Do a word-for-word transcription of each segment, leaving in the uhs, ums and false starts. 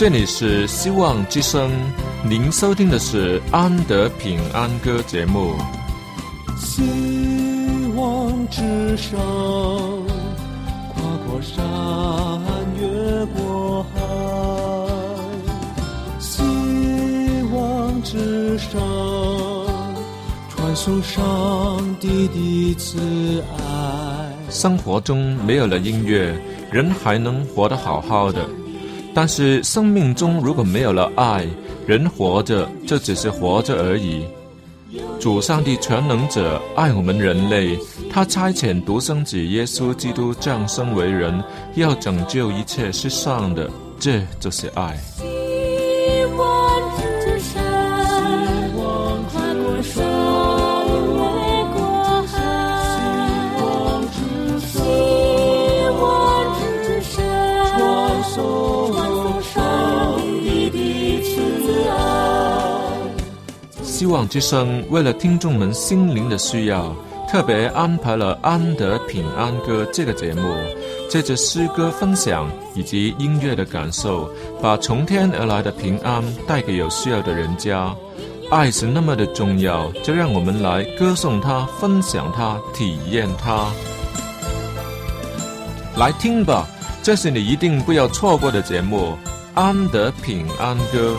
这里是希望之声，您收听的是安德平安歌节目。 希望之声，跨过山，越过海。希望之声，传送上帝的慈爱。 生活中没有了音乐，人还能活得好好的。但是生命中如果没有了爱，人活着就只是活着而已。主上帝全能者爱我们人类，他差遣独生子耶稣基督降生为人，要拯救一切世上的，这就是爱。 希望之声，跨过山，越过海。希望之声，传送上帝的慈爱。 希望之声为了听众们心灵的需要，特别安排了安德平安歌这个节目，借着诗歌分享以及音乐的感受，把从天而来的平安带给有需要的人家。爱是那么的重要，就让我们来歌颂它，分享它，体验它。来听吧，这是你一定不要错过的节目，安德平安歌。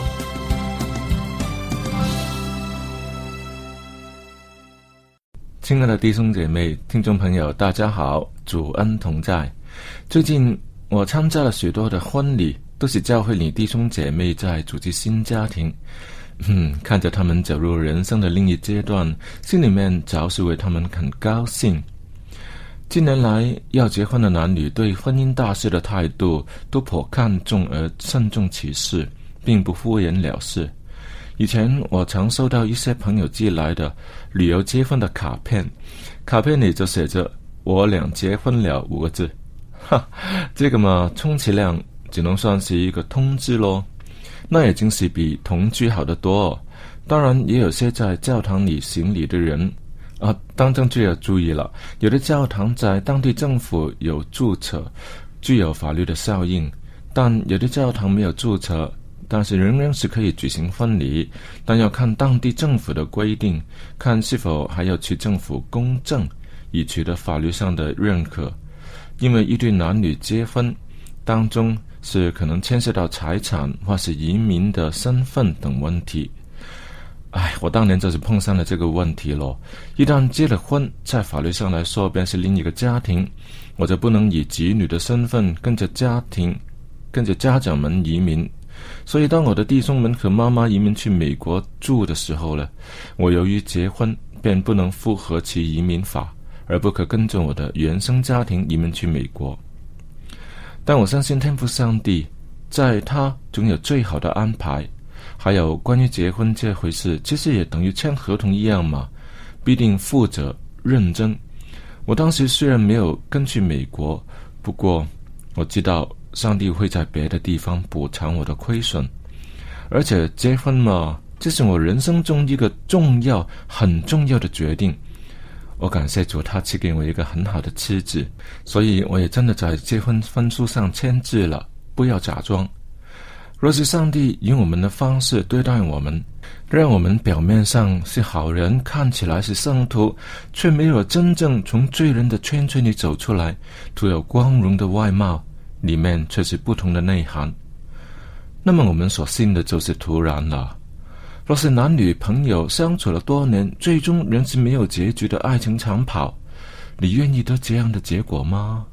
亲爱的弟兄姐妹、听众朋友，大家好，主恩同在。最近我参加了许多的婚礼，都是教会里弟兄姐妹在组织新家庭。嗯，看着他们走入人生的另一阶段，心里面着实为他们很高兴。近年来要结婚的男女对婚姻大事的态度都颇看重而慎重其事，并不敷衍了事。以前我常收到一些朋友寄来的旅游结婚的卡片，卡片里就写着我俩结婚了五个字。哈，这个嘛充其量只能算是一个通知咯，那已经是比同居好得多哦。当然也有些在教堂里行礼的人啊，当中就要注意了，有的教堂在当地政府有注册，具有法律的效应，但有的教堂没有注册，但是仍然是可以举行婚礼，但要看当地政府的规定，看是否还要去政府公证，以取得法律上的认可。因为一对男女结婚当中是可能牵涉到财产或是移民的身份等问题。哎，我当年就是碰上了这个问题咯。一旦结了婚，在法律上来说便是另一个家庭，我就不能以子女的身份跟着家庭跟着家长们移民。所以当我的弟兄们和妈妈移民去美国住的时候呢，我由于结婚便不能符合其移民法，而不可跟着我的原生家庭移民去美国。但我相信天父上帝在他总有最好的安排。还有关于结婚这回事，其实也等于签合同一样嘛，必定负责认真。我当时虽然没有跟去美国，不过我知道上帝会在别的地方补偿我的亏损。而且结婚嘛，这是我人生中一个重要很重要的决定。我感谢主，他赐给我一个很好的妻子，所以我也真的在结婚婚书上签字了，不要假装。若是上帝以我们的方式对待我们，让我们表面上是好人，看起来是圣徒，却没有真正从罪人的圈圈里走出来，徒有光荣的外貌，里面却是不同的内涵，那么我们所信的就是徒然了。若是男女朋友相处了多年，最终仍是没有结局的爱情长跑，你愿意得这样的结果吗？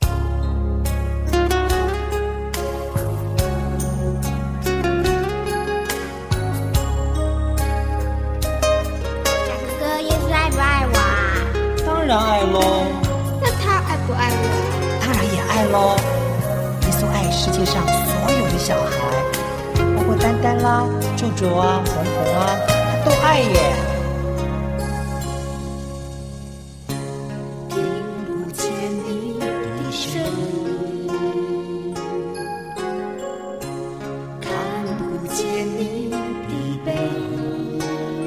当然爱咯。 那他爱不爱我？ 当然也爱咯。耶稣爱世界上所有的小孩，包括丹丹啦、舅舅啊、红红啊，他都爱耶。 听不见你的声音，看不见你的背影，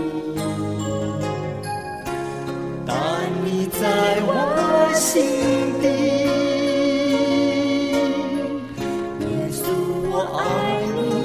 但你在我心底，耶稣我爱你。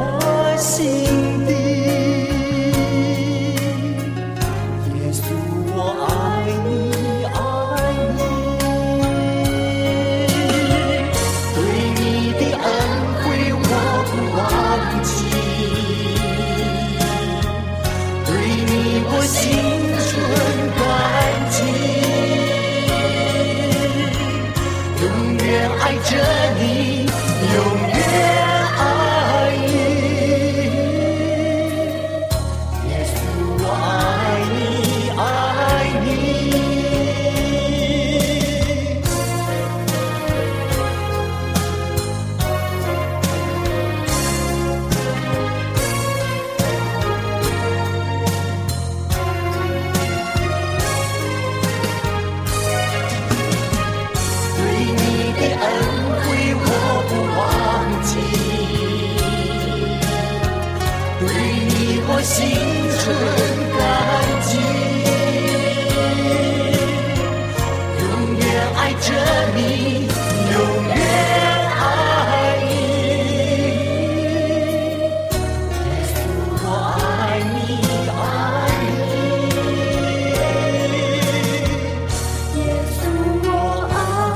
我心底。耶稣，我爱你，爱你。对你的恩惠我不忘记，对你我心存感激。永远爱着你，永远爱你。耶稣，我爱你，爱你。对你的恩惠我不忘记，对你我心存感激。永远爱着你，永远爱你。耶稣，我爱你，爱你。耶稣，我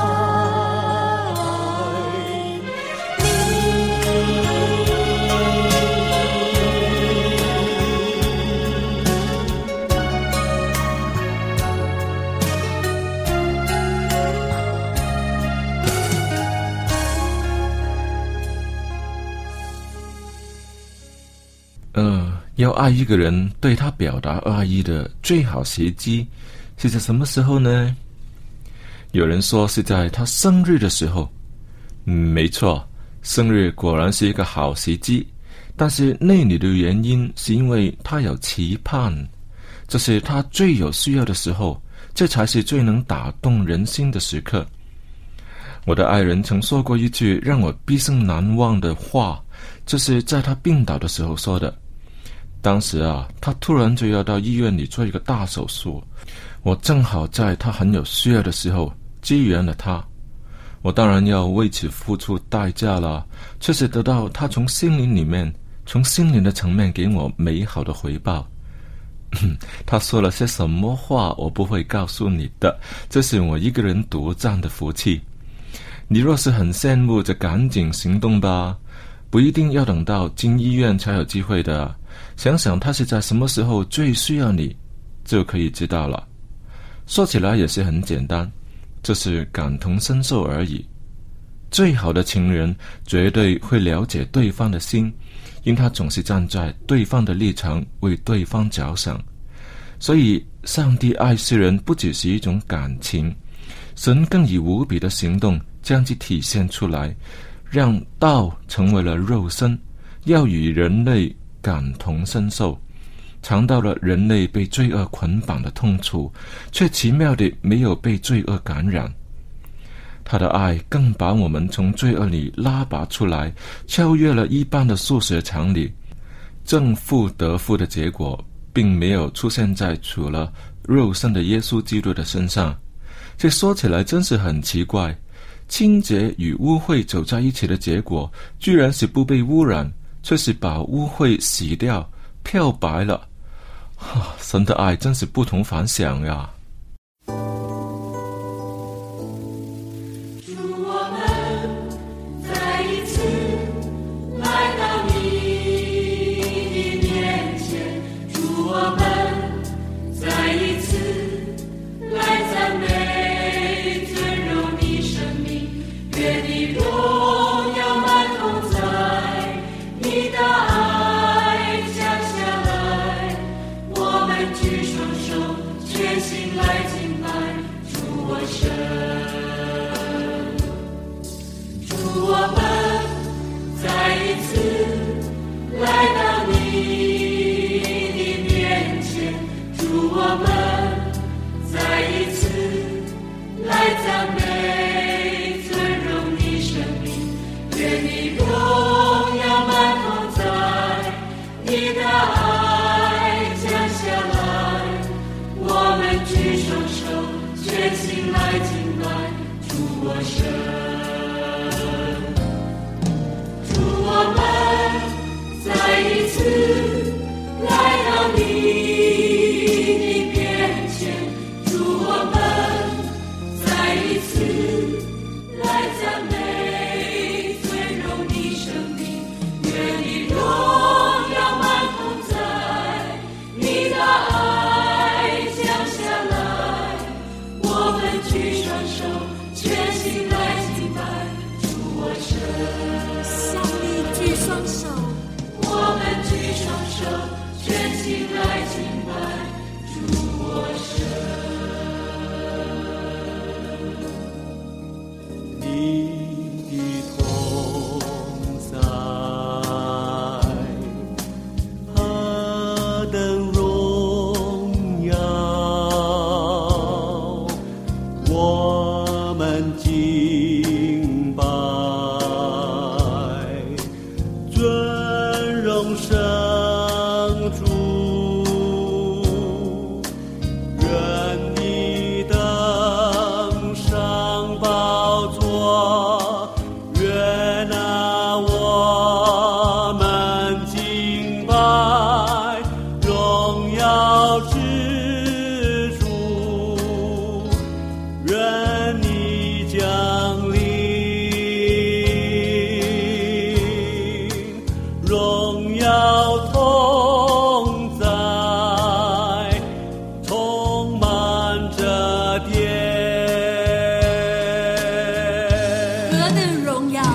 呃，要爱一个人，对他表达爱意的最好时机是在什么时候呢？有人说是在他生日的时候。嗯，没错，生日果然是一个好时机，但是内里的原因是因为他有期盼，这是他最有需要的时候，这才是最能打动人心的时刻。我的爱人曾说过一句让我毕生难忘的话，这是在他病倒的时候说的。当时啊，他突然就要到医院里做一个大手术，我正好在他很有需要的时候支援了他。我当然要为此付出代价了，却是得到他从心灵里面，从心灵的层面给我美好的回报。他说了些什么话我不会告诉你的，这是我一个人独占的福气。你若是很羡慕，就赶紧行动吧，不一定要等到进医院才有机会的。想想他是在什么时候最需要你，就可以知道了。说起来也是很简单，就是感同身受而已。最好的情人绝对会了解对方的心，因他总是站在对方的立场为对方着想。所以上帝爱世人不只是一种感情，神更以无比的行动将其体现出来，让道成为了肉身，要与人类感同身受，尝到了人类被罪恶捆绑的痛楚，却奇妙地没有被罪恶感染。他的爱更把我们从罪恶里拉拔出来，超越了一般的数学常理。正负得负的结果并没有出现在除了肉身的耶稣基督的身上。这说起来真是很奇怪，清洁与污秽走在一起的结果居然是不被污染，却是把污秽洗掉，漂白了。神的爱真是不同凡响呀。 主我们手，全心来敬拜主我神。 你的同在何等荣耀，我们敬拜尊荣圣主，愿你登上宝座，愿那我们敬拜荣耀之主，愿你降临，荣耀同在，充满着天。 何等荣耀！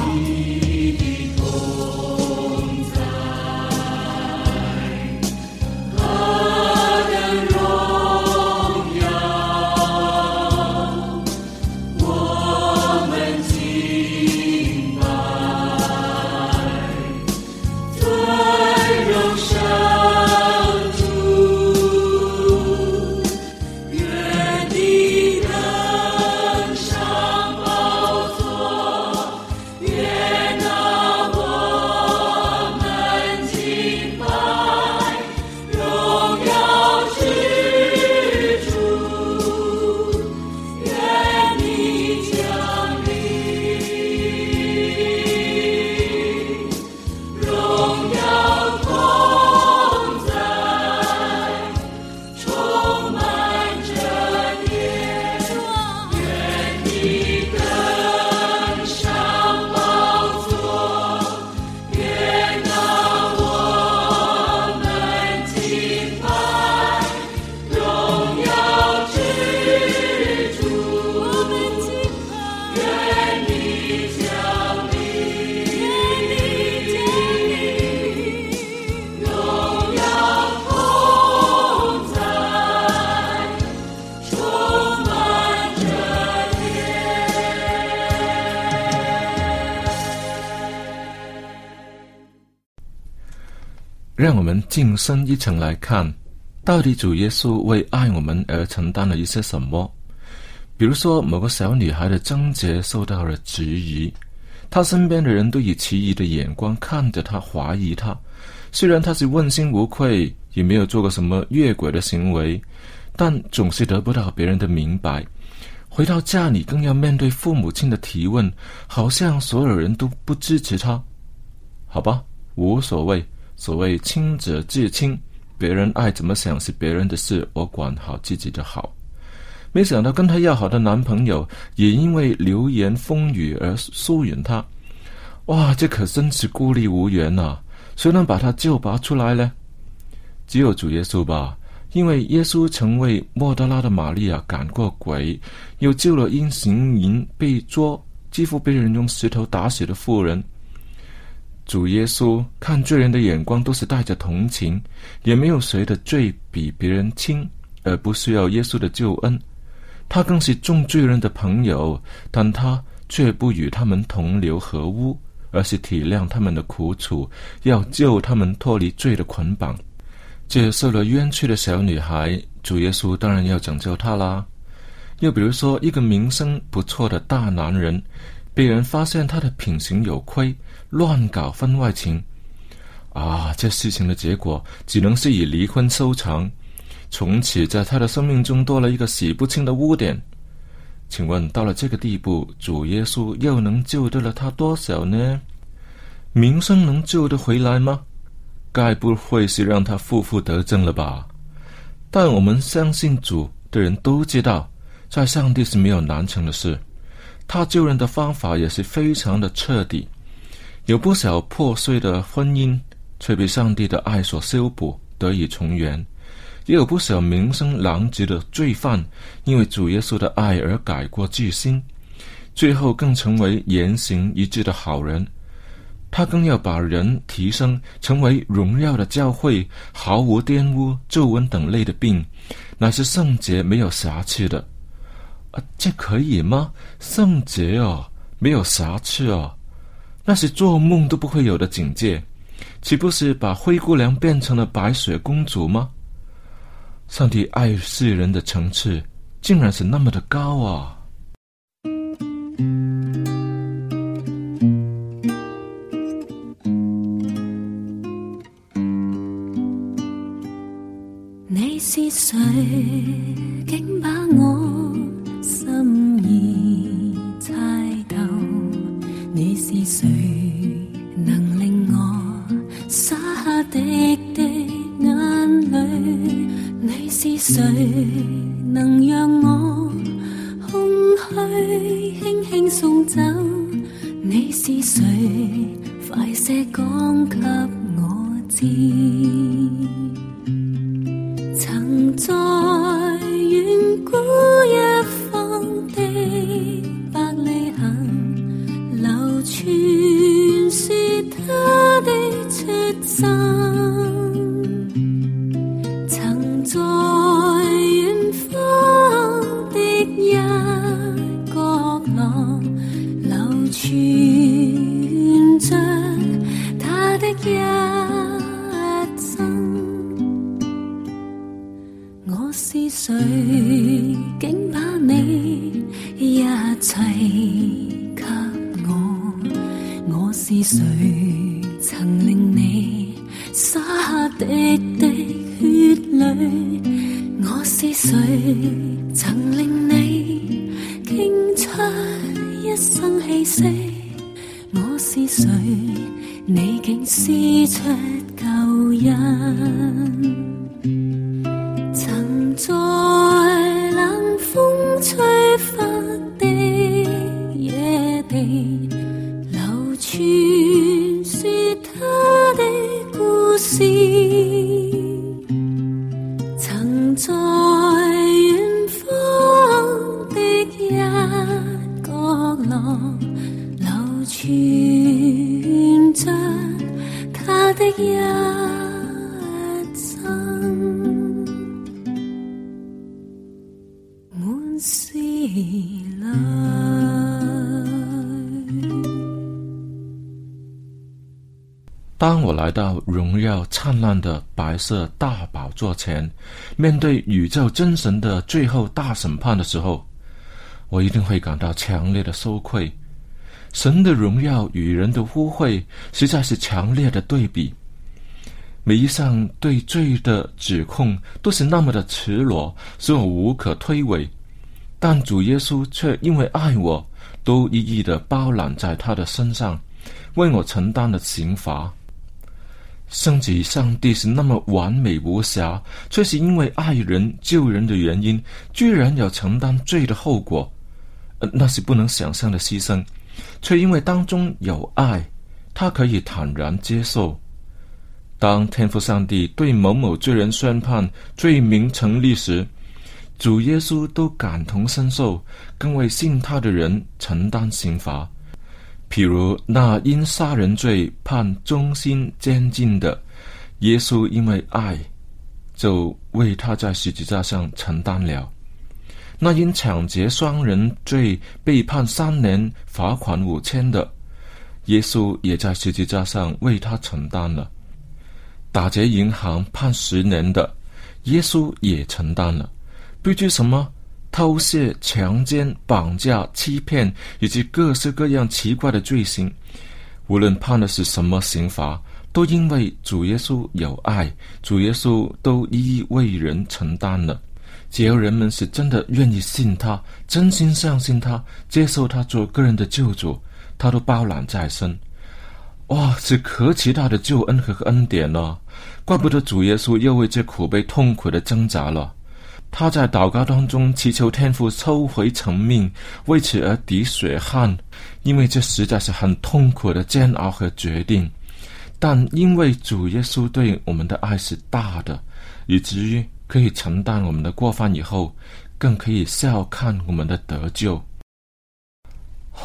让我们进深一层来看，到底主耶稣为爱我们而承担了一些什么。比如说，某个小女孩的贞洁受到了质疑，她身边的人都以奇异的眼光看着她，怀疑她。虽然她是问心无愧，也没有做过什么越轨的行为，但总是得不到别人的明白。回到家里更要面对父母亲的提问，好像所有人都不支持她。好吧，无所谓，所谓亲者自亲，别人爱怎么想是别人的事，我管好自己就好。没想到跟她要好的男朋友也因为流言风语而疏远她。哇，这可真是孤立无援啊！谁能把她救拔出来呢？只有主耶稣吧，因为耶稣曾为莫德拉的玛利亚赶过鬼，又救了因行淫被捉几乎被人用石头打死的妇人。主耶稣看罪人的眼光都是带着同情，也没有谁的罪比别人轻而不需要耶稣的救恩。他更是众罪人的朋友，但他却不与他们同流合污，而是体谅他们的苦楚，要救他们脱离罪的捆绑。这受了冤屈的小女孩，主耶稣当然要拯救她啦。又比如说，一个名声不错的大男人，被人发现他的品行有亏，乱搞婚外情啊，这事情的结果只能是以离婚收场。从此在他的生命中多了一个洗不清的污点。请问到了这个地步，主耶稣又能救得了他多少呢？名声能救得回来吗？该不会是让他负负得正了吧？但我们相信主的人都知道，在上帝是没有难成的事，他救人的方法也是非常的彻底。有不少破碎的婚姻却被上帝的爱所修补，得以重圆，也有不少名声狼藉的罪犯因为主耶稣的爱而改过自新，最后更成为言行一致的好人。 他更要把人提升成为荣耀的教会，毫无玷污、皱纹等类的病，乃是圣洁没有瑕疵的。啊，这可以吗？圣洁哦，没有瑕疵哦，那是做梦都不会有的境界，岂不是把灰姑娘变成了白雪公主吗？上帝爱世人的层次竟然是那么的高啊！ 你是誰竟把我心意猜透？你是誰能令我灑下滴滴眼淚？你是誰能讓我空虛輕輕送走？你是誰快些講給我知？曾在遠古一方的伯利恆流傳說他的出生，曾在遠方的一角落流傳着他的一是誰竟把你一切給我？我是誰曾令你灑下滴滴血淚？我是誰曾令你傾出一生氣息？我是誰你竟施出救恩？在冷風吹拂的野地，流傳說他的故事。曾在遠方的一角落，流傳着他的一当我来到荣耀灿烂的白色大宝座前，面对宇宙真神的最后大审判的时候，我一定会感到强烈的羞愧。神的荣耀与人的污秽实在是强烈的对比，每一项对罪的指控都是那么的赤裸，使我无可推诿。但主耶稣却因为爱我，都一一的包揽在他的身上，为我承担了刑罚。圣子上帝是那么完美无瑕，却是因为爱人救人的原因，居然要承担罪的后果，呃、那是不能想象的牺牲，却因为当中有爱，他可以坦然接受。当天父上帝对某某罪人宣判罪名成立时，主耶稣都感同身受，更为信他的人承担刑罚。譬如那因杀人罪判终身监禁的，耶稣因为爱，就为他在十字架上承担了。那因抢劫伤人罪被判三年罚款五千的，耶稣也在十字架上为他承担了。打劫银行判十年的，耶稣也承担了。不知什么偷窃、强奸、绑架、欺骗以及各式各样奇怪的罪行，无论判的是什么刑罚，都因为主耶稣有爱，主耶稣都一一为人承担了。只要人们是真的愿意信他，真心相信他，接受他做个人的救主，他都包揽在身。哇，是可奇大的救恩和恩典了，怪不得主耶稣又为这苦悲痛苦的挣扎了。他在祷告当中祈求天父抽回成命，为此而滴血汗，因为这实在是很痛苦的煎熬和决定。但因为主耶稣对我们的爱是大的，以至于可以承担我们的过犯以后，更可以笑看我们的得救。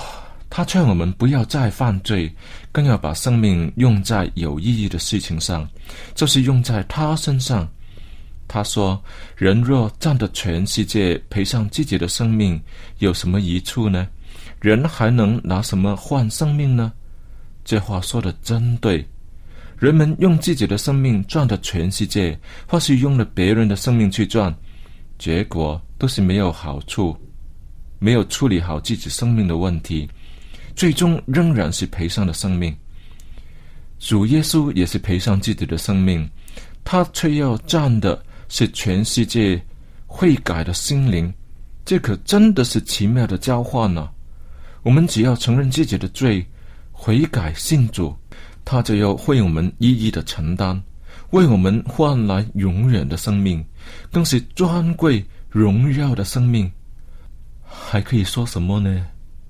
他劝我们不要再犯罪，更要把生命用在有意义的事情上，就是用在他身上。他说，人若赚得全世界，赔上自己的生命，有什么益处呢？人还能拿什么换生命呢？这话说得真对。人们用自己的生命赚得全世界，或是用了别人的生命去赚，结果都是没有好处，没有处理好自己生命的问题，最终仍然是赔上的生命。主耶稣也是赔上自己的生命，他却要赚的是全世界悔改的心灵，这可真的是奇妙的交换呢、啊。我们只要承认自己的罪，悔改信主，他就要为我们一一的承担，为我们换来永远的生命，更是尊贵荣耀的生命。还可以说什么呢？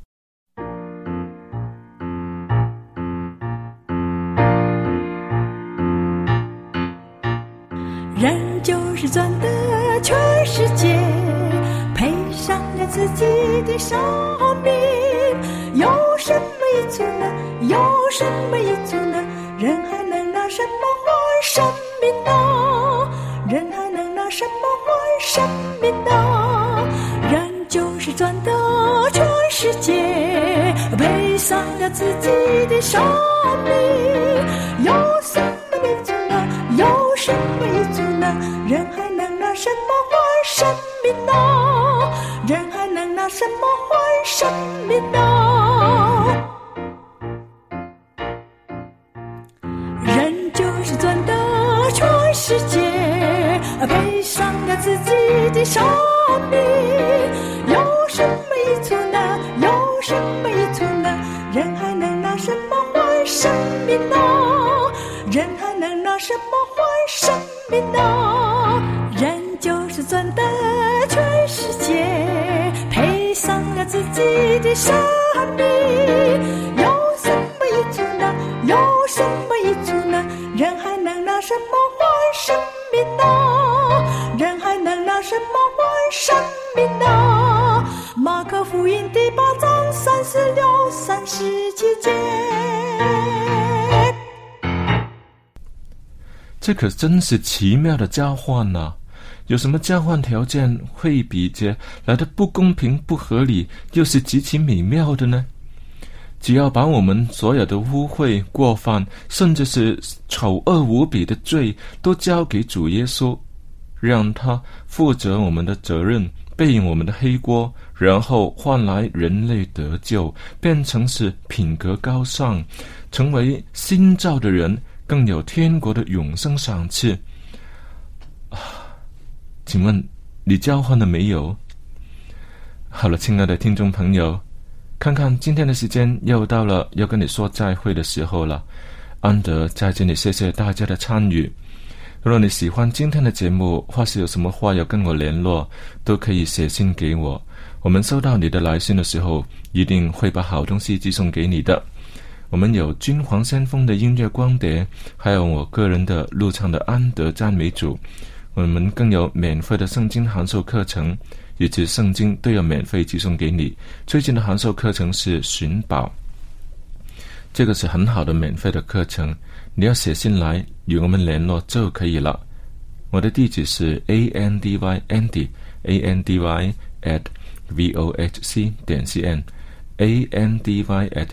人就是赚得全世界，赔上了自己的生命，有什么益处呢？有什么益处呢？人还能拿什么换生命呢？人还能拿什么换生命呢？人就是赚得全世界，赔上了自己的生命，有什么益处呢？有什么益处呢？人还能拿什么换生命呢？人还能拿什么换生命呢？人就是赚得全世界，赔上了自己的生命，有什么益处呢？有什么益处呢？人还能拿什么换生命呢？人还能拿什么换生命呢？人就是赚得全世界，赔上了自己的生命，有什么益处呢？有什么益处呢？人还能拿什么换生命呢？人还能拿什么换生命呢？马可福音第八章三十六、三十七节。 这可真是奇妙的交换啊！有什么交换条件会比这来的不公平、不合理，又是极其美妙的呢？只要把我们所有的污秽、过犯，甚至是丑恶无比的罪，都交给主耶稣，让他负责我们的责任，背我们的黑锅，然后换来人类得救，变成是品格高尚，成为新造的人，更有天国的永生赏赐。啊，请问你交换了没有？好了，亲爱的听众朋友，看看今天的时间又到了要跟你说再会的时候了。安德在这里谢谢大家的参与。如果你喜欢今天的节目，或是有什么话要跟我联络，都可以写信给我。我们收到你的来信的时候，一定会把好东西寄送给你的。我们有君皇先锋的音乐光碟，还有我个人的录唱的安德赞美主。我们更有免费的圣经函授课程，以及圣经都有免费寄送给你。最近的函授课程是寻宝，这个是很好的免费的课程，你要写信来与我们联络就可以了。我的地址是 andy andy andy at vohc 点 cn andy at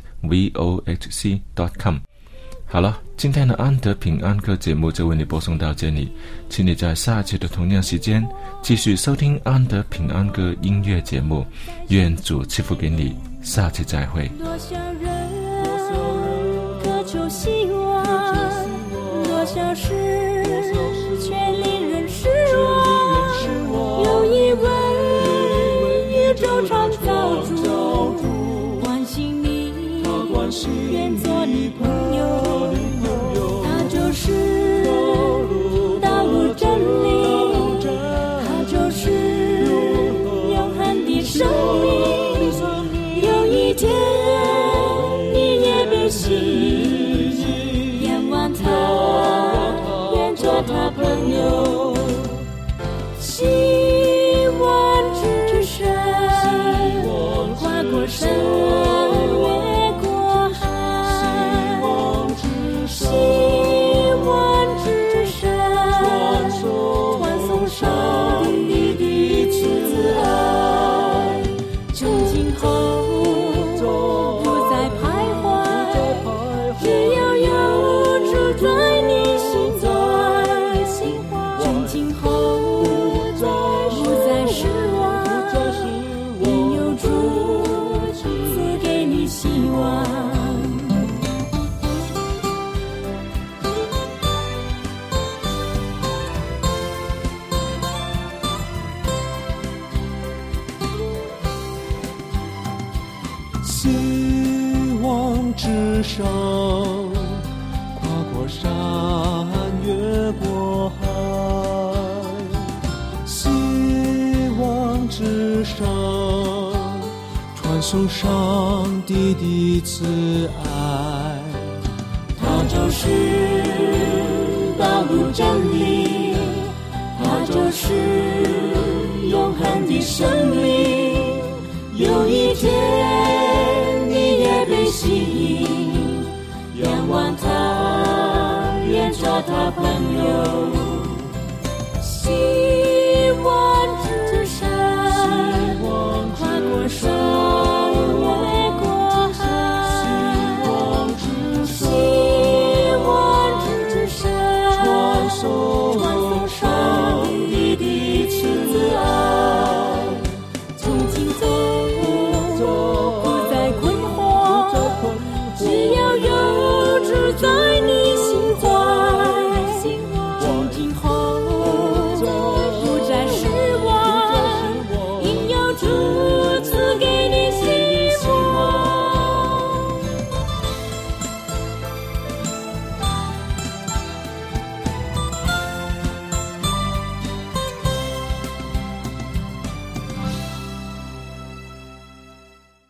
vohc dot com。 好了，今天的安德平安歌节目就为你播送到这里，请你在下期的同样时间继续收听安德平安歌音乐节目。愿主赐福给你，下期再会。 多少人渴求希望，多少事却令人失望，有一位宇宙创造主关心你，愿做你朋友，他就是道路真理，他就是永恒的生命。有一天你也被吸引，愿望他，愿做他朋友。希望之神跨过山希望之声，跨过山，越过海。希望之声，传送上帝的慈爱。 它就是道路真理，它就是永恒的生命。有一天你也被吸引，仰望他，愿做他朋友。希望之山，跨过山，